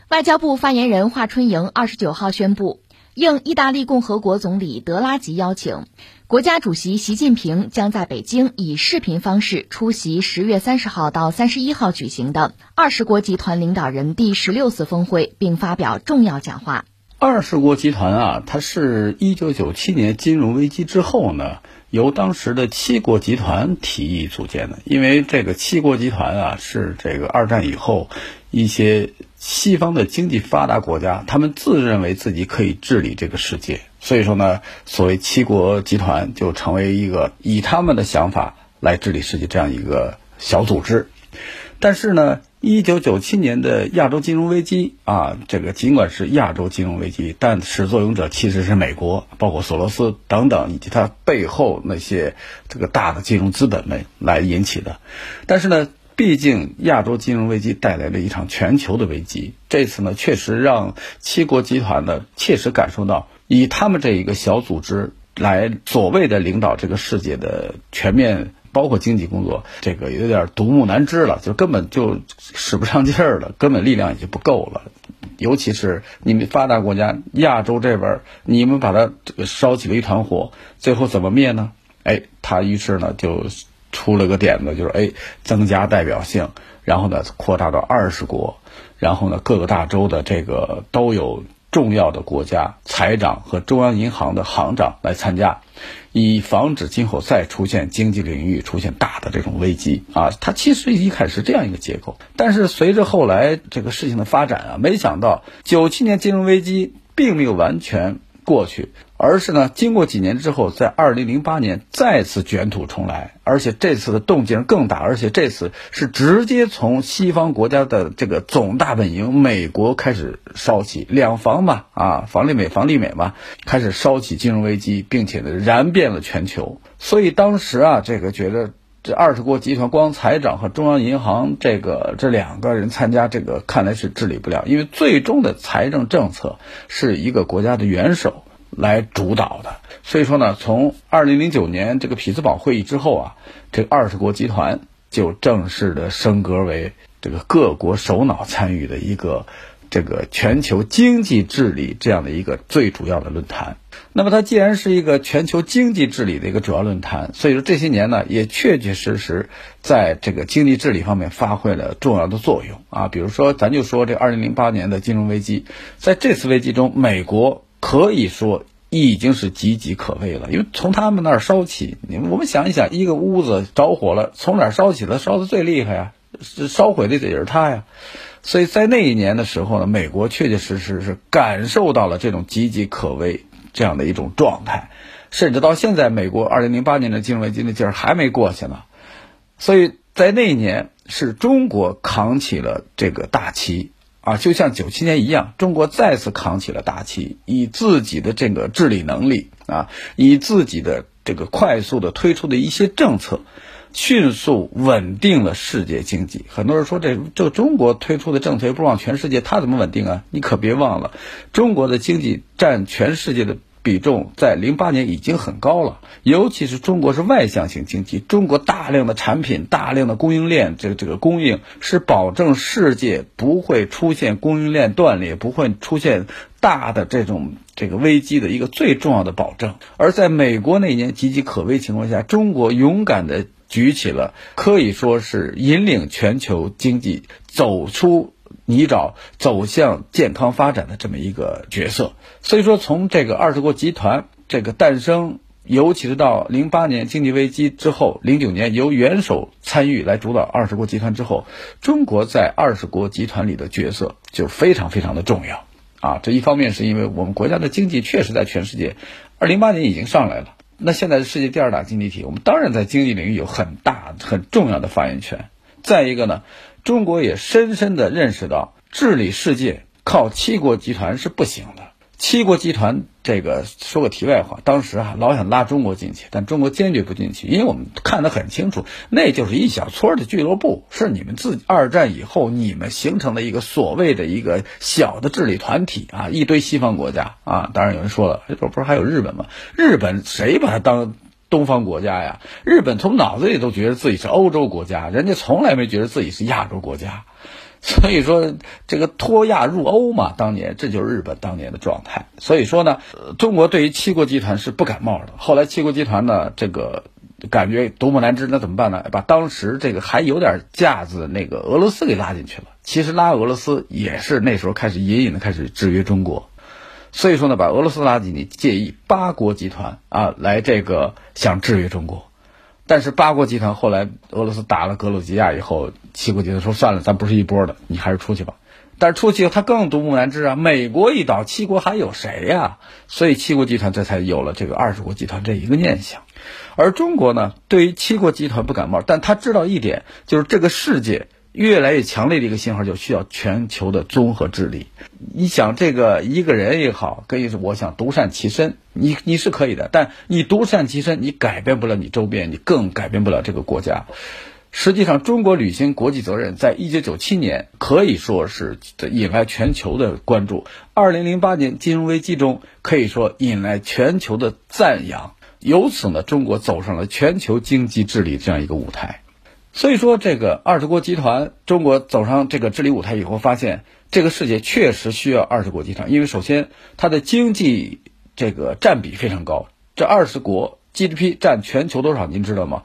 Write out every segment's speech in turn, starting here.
外交部发言人华春莹29号宣布，应意大利共和国总理德拉吉邀请，国家主席习近平将在北京以视频方式出席10月30号到31号举行的20国集团领导人第16次峰会，并发表重要讲话。 20国集团啊，它是1997年金融危机之后呢，由当时的7国集团提议组建的。因为这个7国集团啊，是这个二战以后一些西方的经济发达国家，他们自认为自己可以治理这个世界，所以说呢，所谓7国集团就成为一个以他们的想法来治理世界这样一个小组织。但是呢，1997年的亚洲金融危机啊，这个尽管是亚洲金融危机，但始作俑者其实是美国，包括索罗斯等等，以及它背后那些这个大的金融资本们来引起的。但是呢，毕竟亚洲金融危机带来了一场全球的危机，这次呢，确实让7国集团呢切实感受到，以他们这一个小组织来所谓的领导这个世界的全面包括经济工作，这个有点独木难支了，就根本就使不上劲儿了，根本力量已经不够了。尤其是你们发达国家亚洲这边，你们把它这个烧起了一团火，最后怎么灭呢？他于是呢就出了个点子，就是增加代表性，然后呢扩大到20国，然后呢各个大洲的这个都有重要的国家财长和中央银行的行长来参加，以防止今后再出现经济领域出现大的这种危机啊。它其实一开始是这样一个结构，但是随着后来这个事情的发展啊，没想到97年金融危机并没有完全过去，而是呢经过几年之后，在2008年再次卷土重来，而且这次的动静更大，而且这次是直接从西方国家的这个总大本营美国开始烧起，两防嘛啊，房利美嘛，开始烧起金融危机，并且呢燃遍了全球。所以当时啊，这个觉得这20国集团光财长和中央银行这两个人参加，这个看来是治理不了，因为最终的财政政策是一个国家的元首来主导的。所以说呢，从2009年这个匹兹堡会议之后啊，这个20国集团就正式的升格为这个各国首脑参与的一个这个全球经济治理这样的一个最主要的论坛。那么它既然是一个全球经济治理的一个主要论坛，所以说这些年呢也确确实实在这个经济治理方面发挥了重要的作用啊。比如说咱就说这2008年的金融危机，在这次危机中，美国可以说已经是岌岌可危了，因为从他们那儿烧起，我们想一想，一个屋子着火了，从哪儿烧起的？烧得最厉害呀，烧毁的也是他呀。所以在那一年的时候呢，美国确确实实是感受到了这种岌岌可危这样的一种状态，甚至到现在美国2008年的金融危机的劲儿还没过去呢。所以在那一年是中国扛起了这个大旗啊，就像97年一样，中国再次扛起了大旗，以自己的这个治理能力啊，以自己的这个快速的推出的一些政策，迅速稳定了世界经济。很多人说这中国推出的政策又不往全世界，它怎么稳定啊？你可别忘了，中国的经济占全世界的比重在08年已经很高了，尤其是中国是外向型经济，中国大量的产品、大量的供应链，这个供应是保证世界不会出现供应链断裂，不会出现大的这个危机的一个最重要的保证。而在美国那一年岌岌可危情况下，中国勇敢的举起了可以说是引领全球经济走出泥沼，走向健康发展的这么一个角色。所以说从这个20国集团这个诞生，尤其是到08年经济危机之后，09年由元首参与来主导20国集团之后，中国在20国集团里的角色就非常非常的重要啊。这一方面是因为我们国家的经济确实在全世界2008年已经上来了，那现在是世界第2大经济体，我们当然在经济领域有很大很重要的发言权。再一个呢，中国也深深地认识到治理世界靠7国集团是不行的。7国集团这个说个题外话，当时老想拉中国进去，但中国坚决不进去，因为我们看得很清楚，那就是一小撮的俱乐部，是你们自己二战以后你们形成的一个所谓的一个小的治理团体啊，一堆西方国家啊。当然有人说了，这不是还有日本吗？日本谁把它当东方国家呀？日本从脑子里都觉得自己是欧洲国家，人家从来没觉得自己是亚洲国家。 所以说这个脱亚入欧嘛，当年这就是日本当年的状态。所以说呢，中国对于七国集团是不感冒的。后来七国集团呢，这个感觉独木难支，那怎么办呢？把当时这个还有点架子的那个俄罗斯给拉进去了。其实拉俄罗斯也是那时候开始隐隐的开始制约中国。所以说呢，把俄罗斯拉进去，借以八国集团啊来这个想制约中国。但是八国集团后来俄罗斯打了格鲁吉亚以后，七国集团说算了，咱不是一波的，你还是出去吧。但是出去以后他更独木难支啊，美国一倒，七国还有谁呀？所以七国集团这才有了这个20国集团这一个念想。而中国呢，对于七国集团不感冒，但他知道一点，就是这个世界越来越强烈的一个信号，就需要全球的综合治理。你想这个一个人也好，跟我想独善其身，你是可以的，但你独善其身，你改变不了你周边，你更改变不了这个国家。实际上中国履行国际责任在1997年可以说是引来全球的关注，2008年金融危机中可以说引来全球的赞扬，由此呢，中国走上了全球经济治理这样一个舞台。所以说这个20国集团，中国走上这个治理舞台以后，发现这个世界确实需要20国集团，因为首先它的经济这个占比非常高，这20国 GDP 占全球多少您知道吗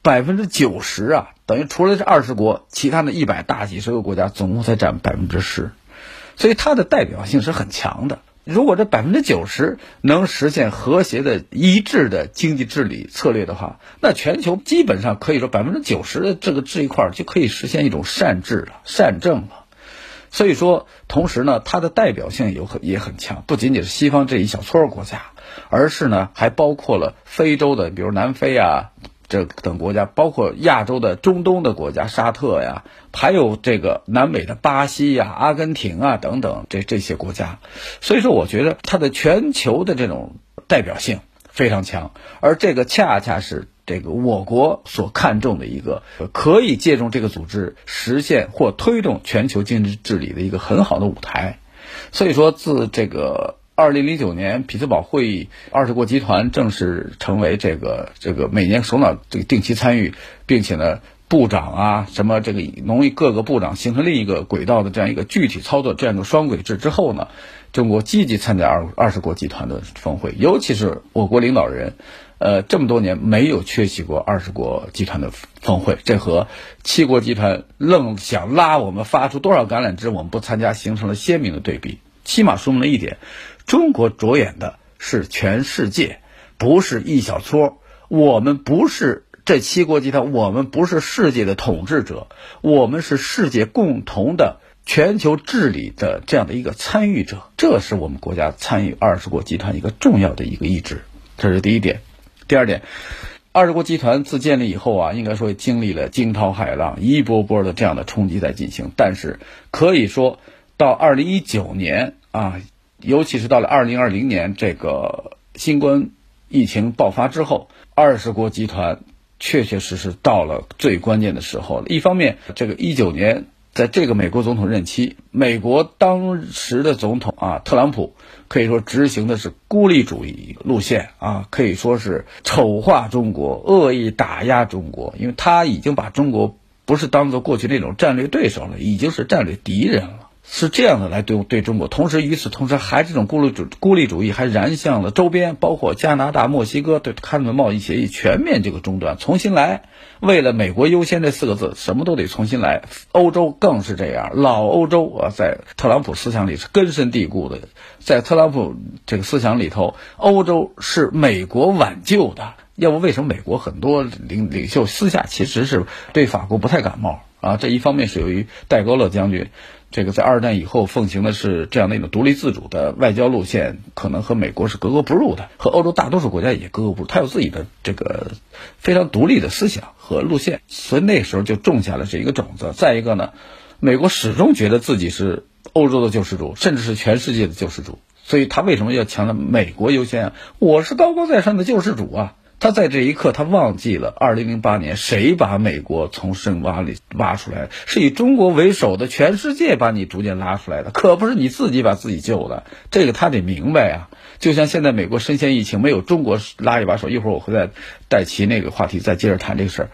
？90%啊，等于除了这20国，其他的100大几十个国家总共才占10%，所以它的代表性是很强的。如果这90%能实现和谐的一致的经济治理策略的话，那全球基本上可以说90%的这一块就可以实现一种善治了、善政了。所以说，同时呢，它的代表性也很强，不仅仅是西方这一小撮国家，而是呢还包括了非洲的，比如南非啊。这等国家，包括亚洲的中东的国家沙特呀，还有这个南美的巴西呀、阿根廷啊等等这些国家。所以说我觉得它的全球的这种代表性非常强，而这个恰恰是这个我国所看重的一个可以借助这个组织实现或推动全球经济治理的一个很好的舞台。所以说自这个2009年匹兹堡会议，20国集团正式成为这个每年首脑这个定期参与，并且呢部长啊什么这个农业各个部长形成另一个轨道的这样一个具体操作这样一个双轨制之后呢，中国积极参加20国集团的峰会，尤其是我国领导人这么多年没有缺席过20国集团的峰会，这和7国集团愣想拉我们发出多少橄榄枝我们不参加形成了鲜明的对比。起码说明了一点，中国着眼的是全世界，不是一小撮。我们不是这7国集团，我们不是世界的统治者，我们是世界共同的全球治理的这样的一个参与者，这是我们国家参与20国集团一个重要的一个意志。这是第一点。第二点，20国集团自建立以后啊，应该说经历了惊涛骇浪，一波波的这样的冲击在进行，但是可以说到2019年啊，尤其是到了2020年这个新冠疫情爆发之后，20国集团确确实实到了最关键的时候了。一方面，这个19年在这个美国总统任期，美国当时的总统啊特朗普可以说执行的是孤立主义路线啊，可以说是丑化中国，恶意打压中国，因为他已经把中国不是当做过去那种战略对手了，已经是战略敌人了。是这样的来对中国，同时与此同时还这种孤立主义还燃向了周边，包括加拿大、墨西哥对他们的贸易协议全面这个中断，重新来。为了美国优先这4个字，什么都得重新来。欧洲更是这样，老欧洲啊，在特朗普思想里是根深蒂固的，在特朗普这个思想里头，欧洲是美国挽救的。要不为什么美国很多领袖私下其实是对法国不太感冒啊？这一方面是由于戴高乐将军这个在2战以后奉行的是这样的一种独立自主的外交路线，可能和美国是格格不入的，和欧洲大多数国家也格格不入，他有自己的这个非常独立的思想和路线，所以那时候就种下了这一个种子。再一个呢，美国始终觉得自己是欧洲的救世主，甚至是全世界的救世主，所以他为什么要强调美国优先啊？我是高高在上的救世主啊！他在这一刻他忘记了2008年谁把美国从深洼里挖出来，是以中国为首的全世界把你逐渐拉出来的，可不是你自己把自己救的，这个他得明白啊。就像现在美国深陷疫情，没有中国拉一把手，一会儿我会再带齐那个话题再接着谈这个事儿。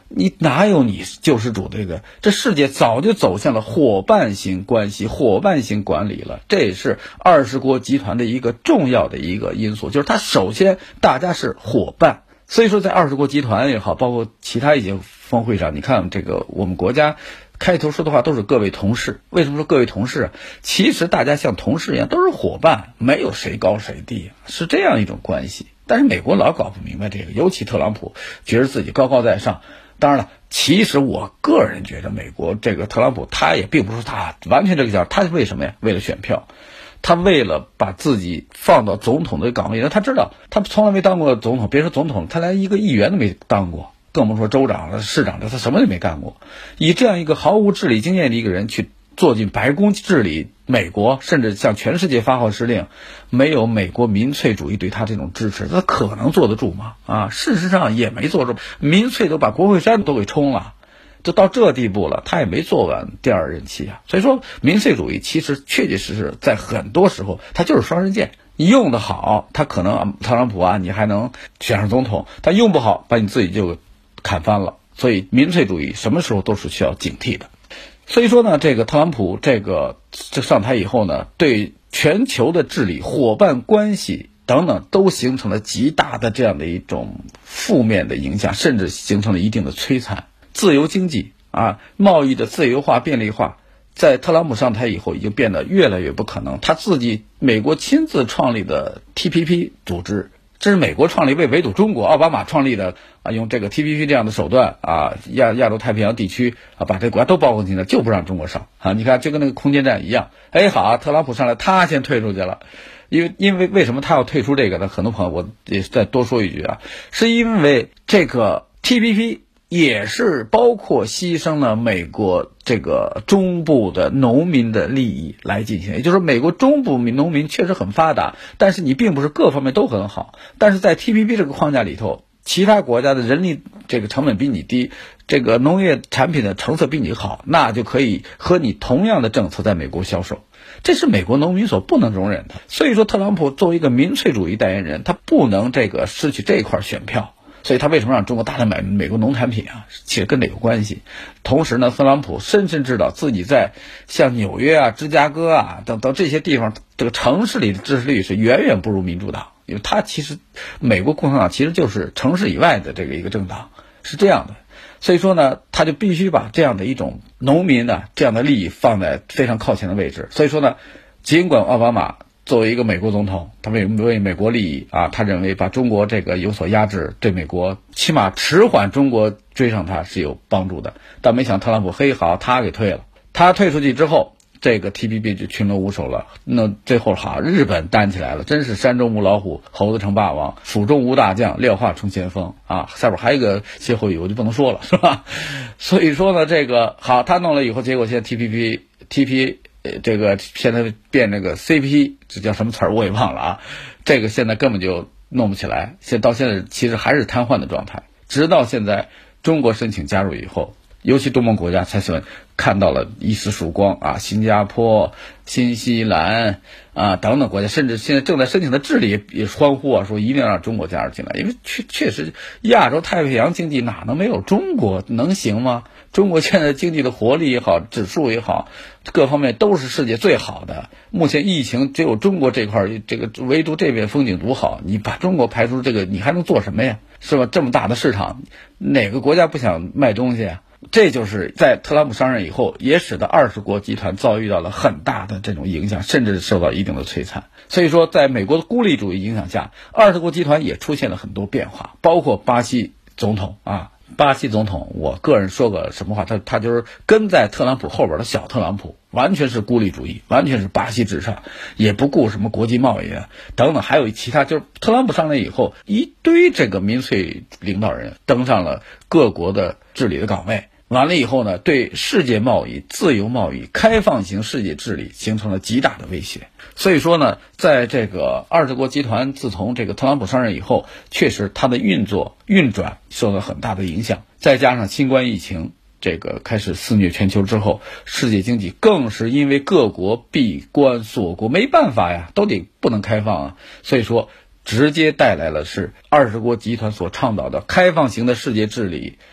你哪有你救世主这世界早就走向了伙伴型关系、伙伴型管理了。这也是20国集团的一个重要的一个因素，就是它首先大家是伙伴。所以说在20国集团也好，包括其他一些峰会上，你看我们国家开头说的话都是各位同事。为什么说各位同事啊？其实大家像同事一样，都是伙伴，没有谁高谁低，是这样一种关系。但是美国老搞不明白这个，尤其特朗普觉得自己高高在上。当然了，其实我个人觉得美国特朗普他也并不是他完全这个角，他是为什么呀？为了选票。他为了把自己放到总统的岗位，他知道他从来没当过总统，别说总统，他连一个议员都没当过，更甭说州长了、市长了，他什么都没干过。以这样一个毫无治理经验的一个人去坐进白宫治理美国，甚至向全世界发号施令，没有美国民粹主义对他这种支持，他可能坐得住吗？事实上也没坐住，民粹都把国会山都给冲了。就到这地步了，他也没做完第2任期啊。所以说民粹主义其实确确实实在很多时候它就是双刃剑，你用得好，他可能特朗普啊你还能选上总统，他用不好把你自己就砍翻了。所以民粹主义什么时候都是需要警惕的。所以说呢，特朗普这上台以后呢，对全球的治理、伙伴关系等等都形成了极大的这样的一种负面的影响，甚至形成了一定的摧残。自由经济贸易的自由化、便利化，在特朗普上台以后已经变得越来越不可能。他自己美国亲自创立的 TPP 组织，这是美国创立为围堵中国，奥巴马创立的用这个 TPP 这样的手段亚洲太平洋地区把这国家都包括进来，就不让中国上你看就跟那个空间站一样。好，特朗普上来他先退出去了。因为为什么他要退出这个呢？很多朋友我也再多说一句是因为这个 TPP也是包括牺牲了美国中部的农民的利益来进行，也就是说美国中部农民确实很发达，但是你并不是各方面都很好。但是在 TPP 这个框架里头，其他国家的人力成本比你低，农业产品的成色比你好，那就可以和你同样的政策在美国销售，这是美国农民所不能容忍的。所以说特朗普作为一个民粹主义代言人，他不能失去这一块选票。所以他为什么让中国大量买美国农产品其实跟这有关系。同时呢，特朗普深深知道自己在像纽约芝加哥等这些地方城市里的支持率是远远不如民主党，因为他其实美国共和党其实就是城市以外的一个政党，是这样的。所以说呢，他就必须把这样的一种农民这样的利益放在非常靠前的位置。所以说呢，尽管奥巴马作为一个美国总统，他为美国利益他认为把中国有所压制，对美国起码迟缓中国追上他是有帮助的。但没想特朗普好，他给退了。他退出去之后，TPP 就群龙无首了。那最后日本担起来了，真是山中无老虎，猴子称霸王，蜀中无大将，廖化冲先锋下边还有一个歇后语我就不能说了，是吧？所以说呢，他弄了以后，结果现在 TP现在变CP， 这叫什么词儿我也忘了现在根本就弄不起来，到现在其实还是瘫痪的状态。直到现在中国申请加入以后，尤其东盟国家才看到了一丝曙光新加坡、新西兰等等国家，甚至现在正在申请的智利也欢呼说一定要让中国加入进来。因为确实亚洲太平洋经济哪能没有中国，能行吗？中国现在经济的活力也好，指数也好，各方面都是世界最好的。目前疫情只有中国这块唯独这边风景独好，你把中国排除你还能做什么呀？是吧？这么大的市场，哪个国家不想卖东西这就是在特朗普上任以后，也使得20国集团遭遇到了很大的这种影响，甚至受到一定的摧残。所以说在美国的孤立主义影响下，20国集团也出现了很多变化，包括巴西总统巴西总统，我个人说个什么话，他就是跟在特朗普后边的小特朗普，完全是孤立主义，完全是巴西至上，也不顾什么国际贸易等等，还有其他，就是特朗普上来以后，一堆民粹领导人登上了各国的治理的岗位。完了以后呢，对世界贸易、自由贸易、开放型世界治理形成了极大的威胁。所以说呢，在20国集团自从特朗普上任以后，确实它的运转受到很大的影响。再加上新冠疫情开始肆虐全球之后，世界经济更是因为各国闭关锁国，没办法呀，不能开放所以说直接带来了是20国集团所倡导的开放型的世界治理，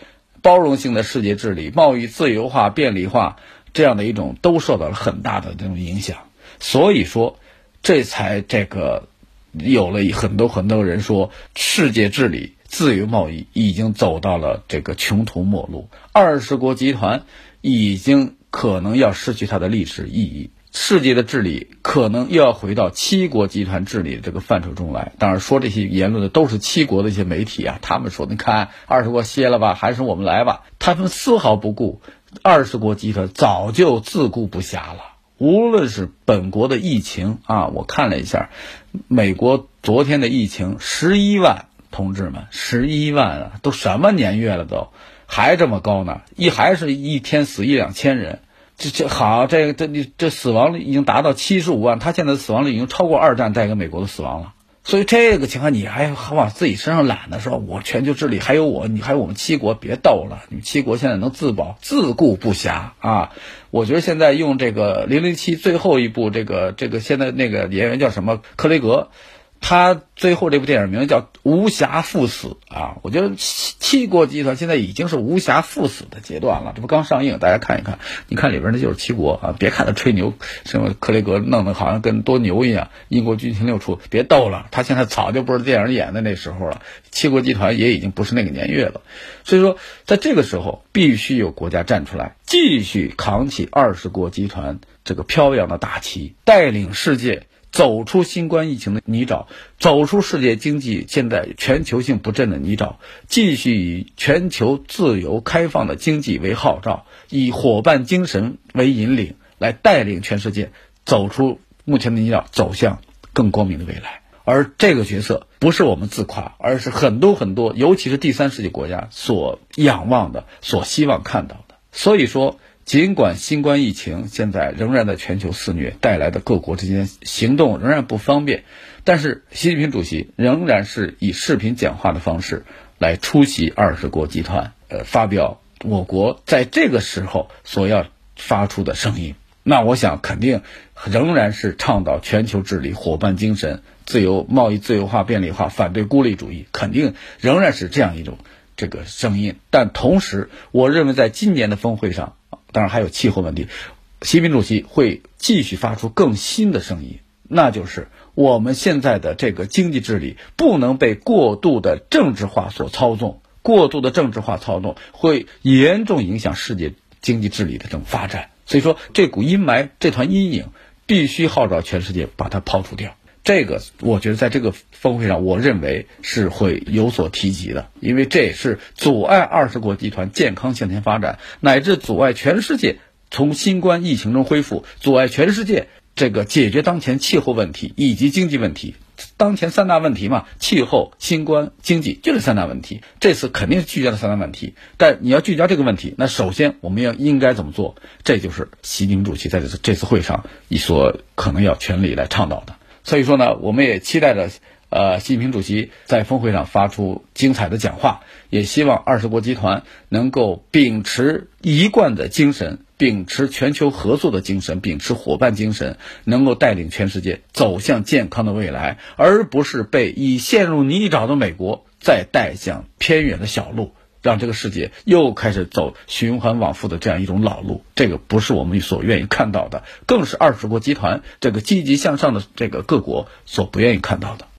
包容性的世界治理、贸易自由化、便利化这样的一种都受到了很大的这种影响。所以说这才有了很多人说世界治理、自由贸易已经走到了这个穷途末路，20国集团已经可能要失去它的历史意义，世界的治理可能又要回到7国集团治理的这个范畴中来。当然说这些言论的都是7国的一些媒体啊，他们说你看20国歇了吧，还是我们来吧，他们丝毫不顾20国集团早就自顾不暇了。无论是本国的疫情啊，我看了一下美国昨天的疫情11万，同志们11万啊，都什么年月了都还这么高呢，还是一天死1-2千人，这死亡率已经达到75万，他现在的死亡率已经超过2战带给美国的死亡了。所以这个情况你还往自己身上揽的时候，我全球治理还有我们7国别斗了，你们7国现在能自保，自顾不暇啊！我觉得现在用这个007最后一部这个现在那个演员叫什么克雷格，他最后这部电影名叫无暇赴死啊！我觉得7国集团现在已经是无暇赴死的阶段了，这不刚上映，大家看一看，你看里边那就是7国啊！别看他吹牛，什么克雷格弄得好像跟多牛一样，英国军情六处，别逗了，他现在早就不是电影演的那时候了，7国集团也已经不是那个年月了。所以说，在这个时候，必须有国家站出来，继续扛起20国集团这个飘扬的大旗，带领世界走出新冠疫情的泥沼，走出世界经济现在全球性不振的泥沼，继续以全球自由开放的经济为号召，以伙伴精神为引领，来带领全世界走出目前的泥沼，走向更光明的未来。而这个角色不是我们自夸，而是很多尤其是第三世界国家所仰望的，所希望看到的。所以说尽管新冠疫情现在仍然在全球肆虐，带来的各国之间行动仍然不方便，但是习近平主席仍然是以视频讲话的方式来出席20国集团发表我国在这个时候所要发出的声音。那我想肯定仍然是倡导全球治理、伙伴精神、自由贸易自由化、便利化，反对孤立主义，肯定仍然是这样一种这个声音。但同时我认为在今年的峰会上，当然还有气候问题，习近平主席会继续发出更新的声音，那就是我们现在的这个经济治理不能被过度的政治化所操纵，过度的政治化操纵会严重影响世界经济治理的这种发展。所以说这股阴霾，这团阴影必须号召全世界把它抛除掉。这个我觉得在这个峰会上，我认为是会有所提及的，因为这也是阻碍20国集团健康向前发展，乃至阻碍全世界从新冠疫情中恢复，阻碍全世界这个解决当前气候问题以及经济问题。当前3大问题嘛，气候、新冠、经济，就是3大问题。这次肯定是聚焦的3大问题，但你要聚焦这个问题，那首先我们应该怎么做？这就是习近平主席在这次会上所可能要全力来倡导的。所以说呢，我们也期待着习近平主席在峰会上发出精彩的讲话，也希望20国集团能够秉持一贯的精神，秉持全球合作的精神，秉持伙伴精神，能够带领全世界走向健康的未来，而不是被已陷入泥沼的美国再带向偏远的小路，让这个世界又开始走循环往复的这样一种老路。这个不是我们所愿意看到的，更是20国集团这个积极向上的这个各国所不愿意看到的。